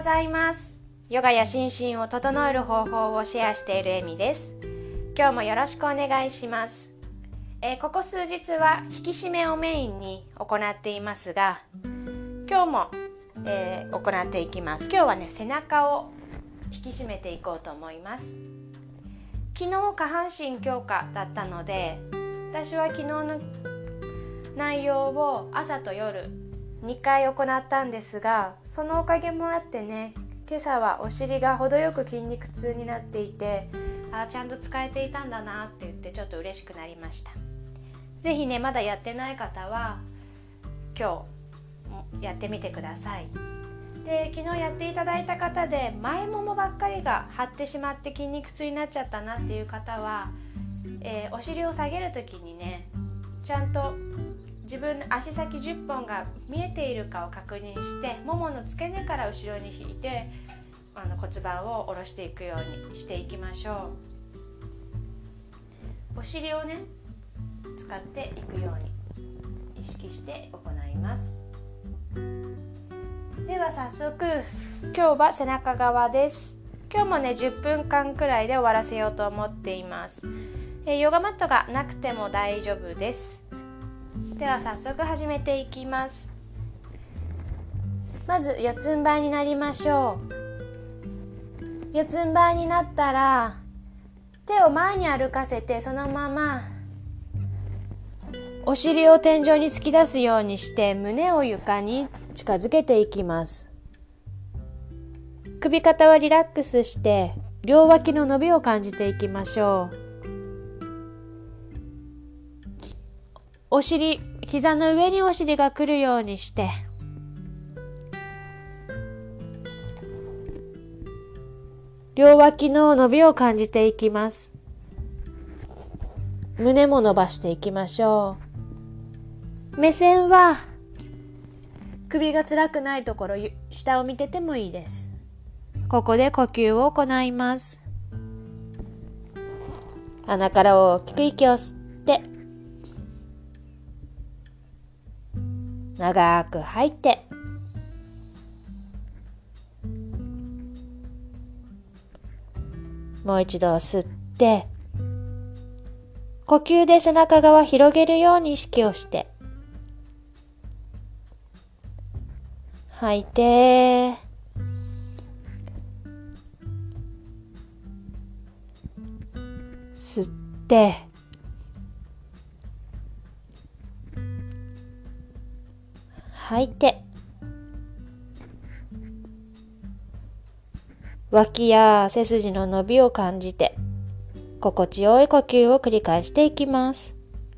ざいます。ヨガや心身を整える方法をシェアしているエミです。今日もよろしくお願いします。ここ数日は引き締めをメインに行っていますが、今日も、行っていきます。今日はね、背中を引き締めていこうと思います。昨日下半身強化だったので、私は昨日の内容を朝と夜2回行ったんですが、そのおかげもあってね、今朝はお尻が程よく筋肉痛になっていて、ちゃんと使えていたんだなって言ってちょっと嬉しくなりました。ぜひね、まだやってない方は今日やってみてください。で、昨日やっていただいた方で前ももばっかりが張ってしまって筋肉痛になっちゃったなっていう方は、お尻を下げるときにね、ちゃんと自分の足先10本が見えているかを確認して、ももの付け根から後ろに引いて骨盤を下ろしていくようにしていきましょう。お尻をね使っていくように意識して行います。では早速、今日は背中側です。今日もね10分間くらいで終わらせようと思っています。ヨガマットがなくても大丈夫です。では早速始めていきます。まず四つん這いになりましょう。四つん這いになったら手を前に歩かせて、そのままお尻を天井に突き出すようにして胸を床に近づけていきます。首肩はリラックスして両脇の伸びを感じていきましょう。お尻、膝の上にお尻が来るようにして両脇の伸びを感じていきます。胸も伸ばしていきましょう。目線は首が辛くないところ、下を見ててもいいです。ここで呼吸を行います。鼻から大きく息を吸って長く吐いて、もう一度吸って、呼吸で背中側広げるように意識をして吐いて、吸って吐いて、脇や背筋の伸びを感じて心地よい呼吸を繰り返していきます。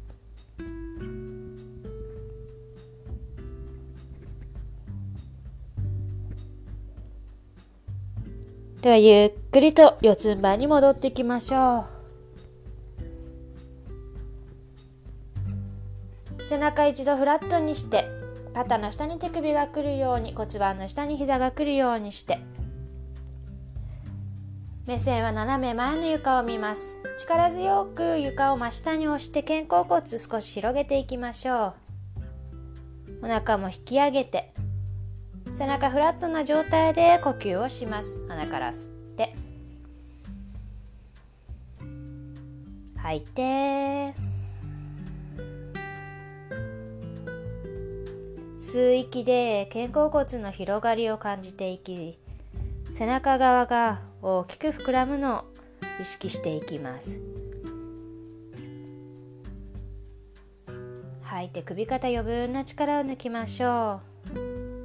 ではゆっくりと四つん這いに戻っていきましょう。背中一度フラットにして、肩の下に手首が来るように、骨盤の下に膝が来るようにして、目線は斜め前の床を見ます。力強く床を真下に押して肩甲骨少し広げていきましょう。お腹も引き上げて、背中フラットな状態で呼吸をします。鼻から吸って吐いて、吸う息で肩甲骨の広がりを感じていき、背中側が大きく膨らむのを意識していきます。吐いて首肩余分な力を抜きましょう。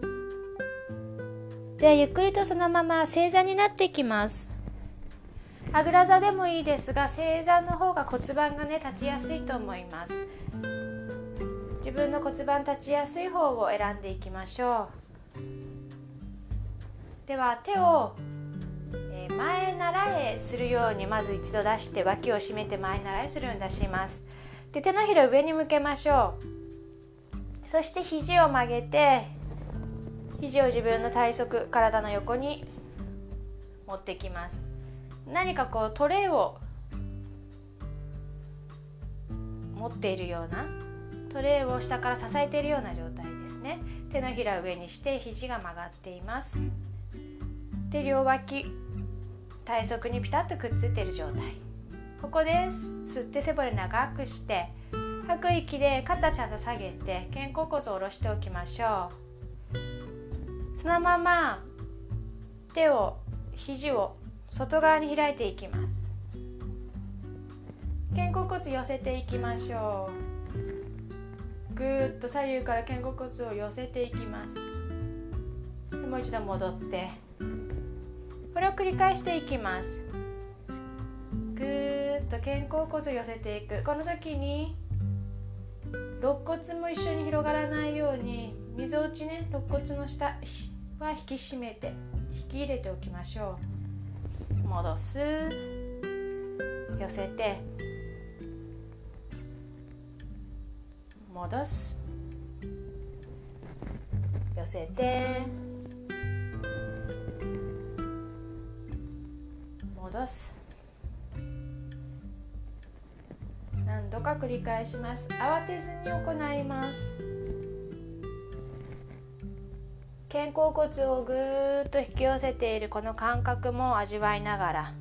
ではゆっくりとそのまま正座になっていきます。あぐら座でもいいですが、正座の方が骨盤がね立ちやすいと思います。自分の骨盤立ちやすい方を選んでいきましょう。では手を前習えするようにまず一度出して、脇を締めて前習えするように出します。で、手のひら上に向けましょう。そして肘を曲げて、肘を自分の体側、体の横に持ってきます。何かこうトレイを持っているような、トレイを下から支えているような状態ですね。手のひらを上にして肘が曲がっています。 で、両脇体側にピタッとくっついている状態。ここです。吸って背骨長くして、吐く息で肩ちゃんと下げて肩甲骨を下ろしておきましょう。そのまま肘を外側に開いていきます。肩甲骨寄せていきましょう。ぐーっと左右から肩甲骨を寄せていきます。もう一度戻って、これを繰り返していきます。ぐーっと肩甲骨を寄せていく。この時に肋骨も一緒に広がらないように、みぞおちね、肋骨の下は引き締めて引き入れておきましょう。戻す、寄せて戻す、寄せて戻す。何度か繰り返します。慌てずに行います。肩甲骨をぐーっと引き寄せているこの感覚も味わいながら、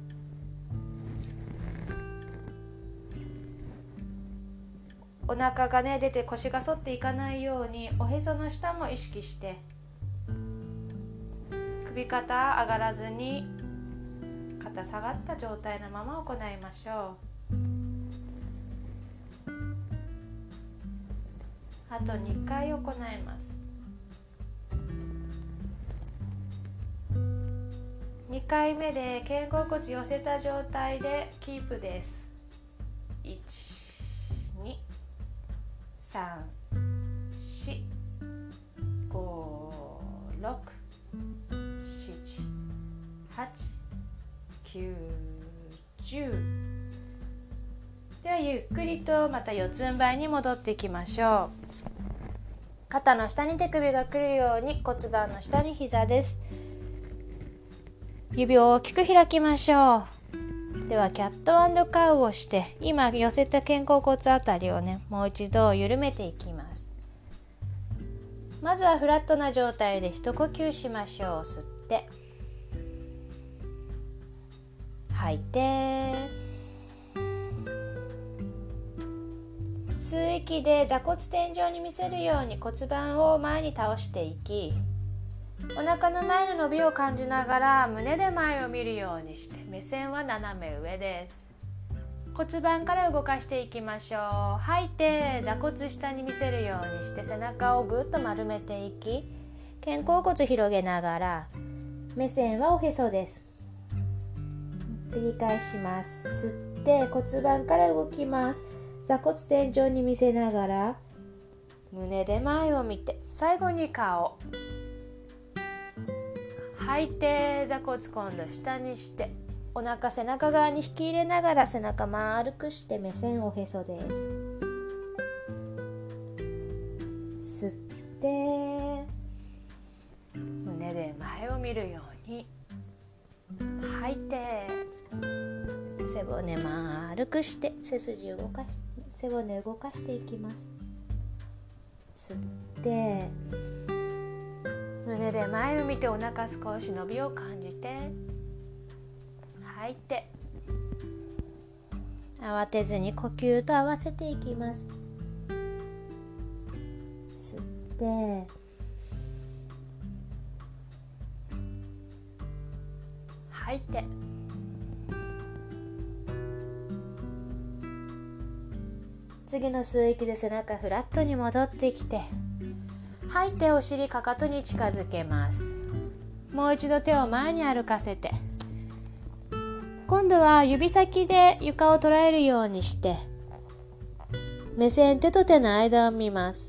お腹がね出て腰が反っていかないようにおへその下も意識して、首肩上がらずに肩下がった状態のまま行いましょう。あと2回行います。2回目で肩甲骨寄せた状態でキープです。1、2、3、4、5、6、7、8、9、10。ではゆっくりとまた四つん這いに戻っていきましょう。肩の下に手首が来るように骨盤の下に膝です。指を大きく開きましょう。ではキャット&カウをして、今寄せた肩甲骨あたりをね、もう一度緩めていきます。まずはフラットな状態で一呼吸しましょう。吸って吐いて、吸う息で座骨天井に見せるように骨盤を前に倒していき、お腹の前の伸びを感じながら胸で前を見るようにして、目線は斜め上です。骨盤から動かしていきましょう。吐いて座骨下に見せるようにして背中をぐっと丸めていき、肩甲骨広げながら目線はおへそです。繰り返します。吸って骨盤から動きます。座骨天井に見せながら胸で前を見て、最後に顔。吐いて座骨今度下にして、お腹背中側に引き入れながら背中丸くして目線おへそです。吸って胸で前を見るように、吐いて背骨丸くして背筋動かし、背骨動かしていきます。吸って胸で前を見て、お腹少し伸びを感じて吐いて、慌てずに呼吸と合わせていきます。吸って吐いて、次の吸う息で背中フラットに戻ってきて、吐いてお尻かかとに近づけます。もう一度手を前に歩かせて、今度は指先で床を捉えるようにして目線手と手の間を見ます。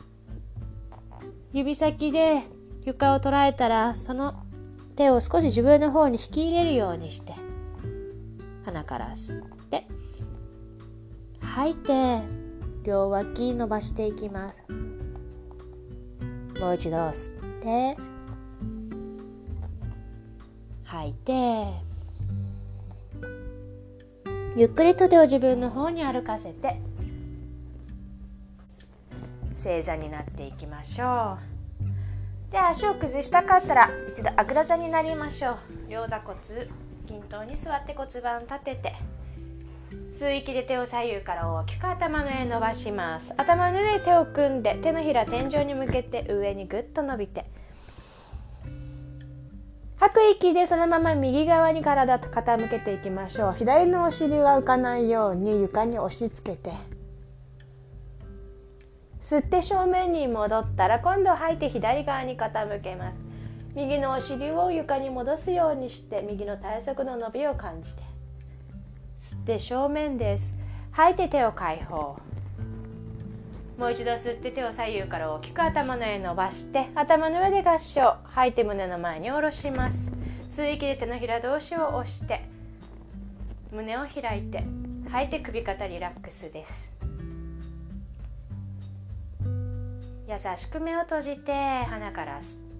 指先で床を捉えたら、その手を少し自分の方に引き入れるようにして、鼻から吸って吐いて両脇伸ばしていきます。もう一度吸って吐いて、ゆっくりと手を自分の方に歩かせて正座になっていきましょう。 で、足を崩したかったら一度あぐら座になりましょう。両座骨均等に座って骨盤立てて、吸う息で手を左右から大きく頭の上伸ばします。頭の上で手を組んで、手のひら天井に向けて上にぐっと伸びて、吐く息でそのまま右側に体と傾けていきましょう。左のお尻は浮かないように床に押し付けて、吸って正面に戻ったら、今度吐いて左側に傾けます。右のお尻を床に戻すようにして、右の体側の伸びを感じて、吸って正面です。吐いて手を解放。もう一度吸って手を左右から大きく頭の上伸ばして、頭の上で合掌。吐いて胸の前に下ろします。吸う息で手のひら同士を押して胸を開いて、吐いて首肩リラックスです。優しく目を閉じて、鼻から吸って、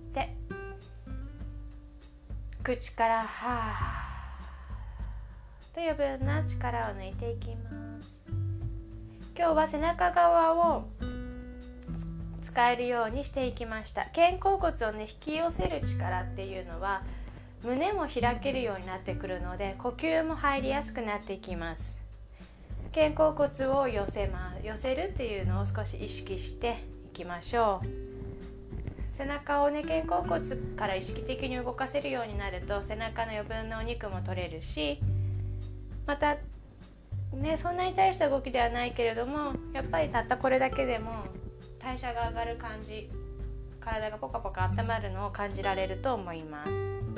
口からはーと余分な力を抜いていきます。今日は背中側を使えるようにしていきました。肩甲骨を引き寄せる力っていうのは胸も開けるようになってくるので、呼吸も入りやすくなっていきます。肩甲骨を寄せるっていうのを少し意識していきましょう。背中を肩甲骨から意識的に動かせるようになると、背中の余分なお肉も取れるし、またそんなに大した動きではないけれども、やっぱりたったこれだけでも代謝が上がる感じ、体がポカポカ温まるのを感じられると思います。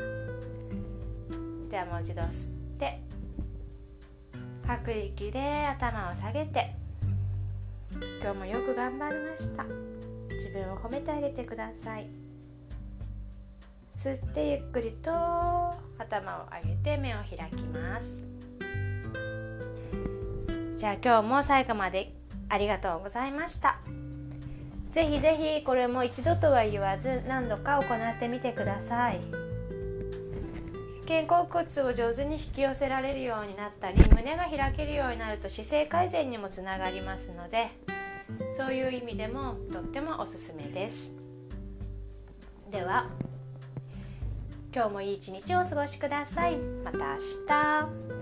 ではもう一度吸って、吐く息で頭を下げて、今日もよく頑張りました。自分を褒めてあげてください。吸ってゆっくりと頭を上げて目を開きます。じゃあ今日も最後までありがとうございました。ぜひぜひこれも一度とは言わず何度か行ってみてください。肩甲骨を上手に引き寄せられるようになったり、胸が開けるようになると姿勢改善にもつながりますので、そういう意味でもとってもおすすめです。では今日もいい一日をお過ごしください。また明日。